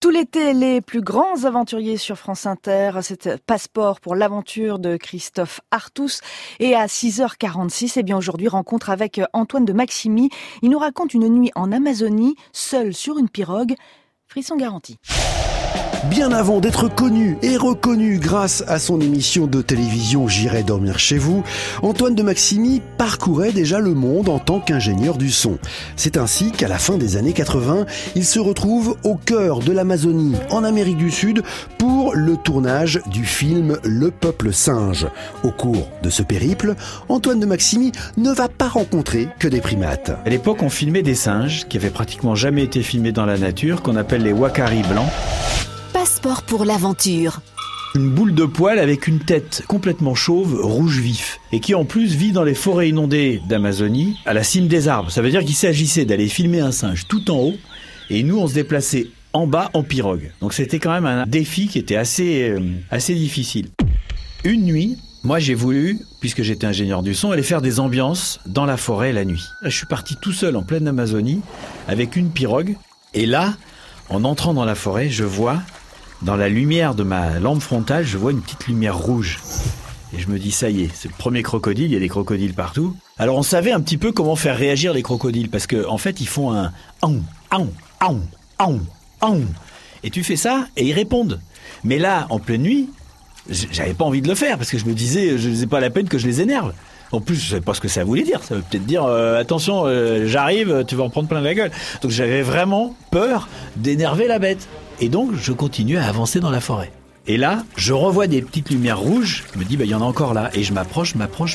Tout l'été, les plus grands aventuriers sur France Inter, c'est Passeport pour l'aventure de Christophe Artus. Et à 6h46, aujourd'hui, rencontre avec Antoine de Maximi. Il nous raconte une nuit en Amazonie, seul sur une pirogue. Frisson garanti. Bien avant d'être connu et reconnu grâce à son émission de télévision J'irai dormir chez vous, Antoine de Maximi parcourait déjà le monde en tant qu'ingénieur du son. C'est ainsi qu'à la fin des années 80, il se retrouve au cœur de l'Amazonie, en Amérique du Sud, pour le tournage du film Le Peuple Singe. Au cours de ce périple, Antoine de Maximi ne va pas rencontrer que des primates. À l'époque, on filmait des singes qui avaient pratiquement jamais été filmés dans la nature, qu'on appelle les wakaris blancs. Passeport pour l'aventure. Une boule de poil avec une tête complètement chauve, rouge vif, et qui en plus vit dans les forêts inondées d'Amazonie, à la cime des arbres. Ça veut dire qu'il s'agissait d'aller filmer un singe tout en haut, et nous on se déplaçait en bas en pirogue. Donc c'était quand même un défi qui était assez difficile. Une nuit, moi j'ai voulu, puisque j'étais ingénieur du son, aller faire des ambiances dans la forêt la nuit. Je suis parti tout seul en pleine Amazonie, avec une pirogue, et là, en entrant dans la forêt, je vois... Dans la lumière de ma lampe frontale, je vois une petite lumière rouge. Et je me dis, ça y est, c'est le premier crocodile, il y a des crocodiles partout. Alors on savait un petit peu comment faire réagir les crocodiles, parce qu'en fait, ils font un « aou, aou, aou, aou, aou ». Et tu fais ça, et ils répondent. Mais là, en pleine nuit, j'avais pas envie de le faire, parce que je me disais, je n'ai pas la peine que je les énerve. En plus, je savais pas ce que ça voulait dire. Ça veut peut-être dire, attention, j'arrive, tu vas en prendre plein la gueule. Donc j'avais vraiment peur d'énerver la bête. Et donc, je continue à avancer dans la forêt. Et là, je revois des petites lumières rouges. Je me dis, il y en a encore là. Et je m'approche.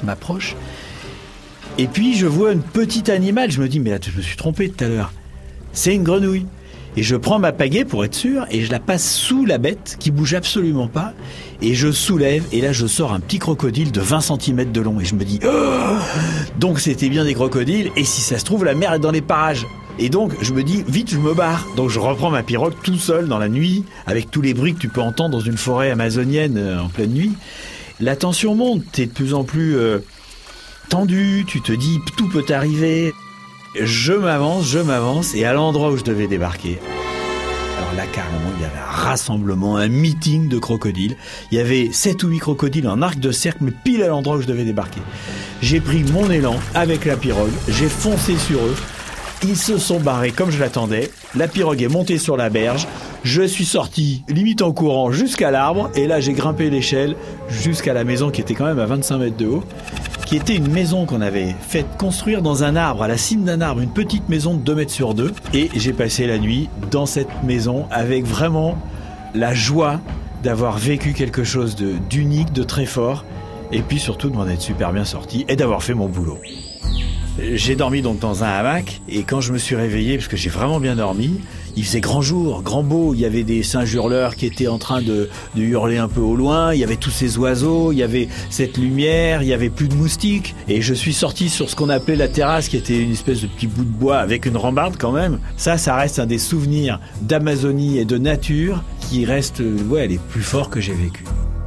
Et puis, je vois un petit animal. Je me dis, mais là, je me suis trompé tout à l'heure. C'est une grenouille. Et je prends ma pagaie pour être sûr. Et je la passe sous la bête qui bouge absolument pas. Et je soulève. Et là, je sors un petit crocodile de 20 cm de long. Et je me dis, oh, donc c'était bien des crocodiles. Et si ça se trouve, la mer est dans les parages. Et donc, je me dis, vite, je me barre. Donc, je reprends ma pirogue tout seul dans la nuit, avec tous les bruits que tu peux entendre dans une forêt amazonienne en pleine nuit. La tension monte, t'es de plus en plus tendu, tu te dis, tout peut arriver. Je m'avance, et à l'endroit où je devais débarquer, alors là, carrément, il y avait un rassemblement, un meeting de crocodiles. Il y avait 7 ou 8 crocodiles en arc de cercle, mais pile à l'endroit où je devais débarquer. J'ai pris mon élan avec la pirogue, j'ai foncé sur eux. Ils se sont barrés comme je l'attendais. La pirogue est montée sur la berge. Je suis sorti limite en courant jusqu'à l'arbre. Et là, j'ai grimpé l'échelle jusqu'à la maison qui était quand même à 25 mètres de haut. Qui était une maison qu'on avait fait construire dans un arbre, à la cime d'un arbre. Une petite maison de 2 mètres sur 2. Et j'ai passé la nuit dans cette maison avec vraiment la joie d'avoir vécu quelque chose d'unique, de très fort. Et puis surtout de m'en être super bien sorti et d'avoir fait mon boulot. J'ai dormi donc dans un hamac et quand je me suis réveillé, parce que j'ai vraiment bien dormi, il faisait grand jour, grand beau, il y avait des singes hurleurs qui étaient en train de hurler un peu au loin, il y avait tous ces oiseaux, il y avait cette lumière, il y avait plus de moustiques et je suis sorti sur ce qu'on appelait la terrasse qui était une espèce de petit bout de bois avec une rambarde quand même. Ça reste un des souvenirs d'Amazonie et de nature qui reste les plus forts que j'ai vécu.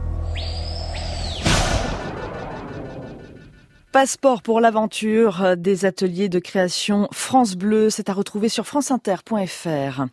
Passeport pour l'aventure des ateliers de création France Bleu, c'est à retrouver sur franceinter.fr.